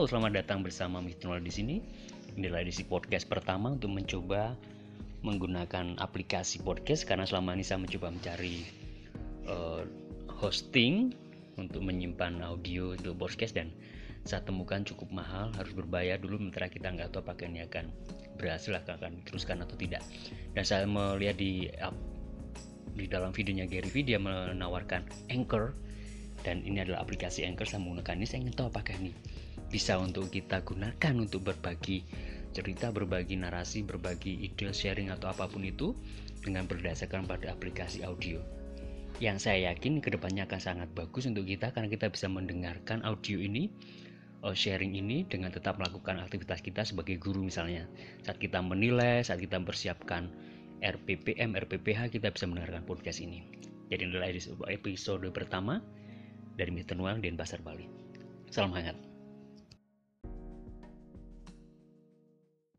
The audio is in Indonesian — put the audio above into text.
Halo, selamat datang bersama Mr. Noel di sini. Inilah edisi podcast pertama untuk mencoba menggunakan aplikasi podcast karena selama ini saya mencoba mencari hosting untuk menyimpan audio untuk podcast dan saya temukan cukup mahal, harus berbayar dulu, sementara kita nggak tahu apakah ini akan berhasil, akan diteruskan atau tidak. Dan saya melihat di dalam videonya Gary V, dia menawarkan Anchor, dan ini adalah aplikasi Anchor. Saya menggunakan ini, saya ingin tahu apakah ini bisa untuk kita gunakan untuk berbagi cerita, berbagi narasi, berbagi ide, sharing atau apapun itu dengan berdasarkan pada aplikasi audio. Yang saya yakin kedepannya akan sangat bagus untuk kita karena kita bisa mendengarkan audio ini, sharing ini dengan tetap melakukan aktivitas kita sebagai guru. Misalnya saat kita menilai, saat kita mempersiapkan RPPM, RPPH, kita bisa mendengarkan podcast ini. Jadi inilah episode pertama dari Mr. Noel Denpasar, Bali. Salam hangat.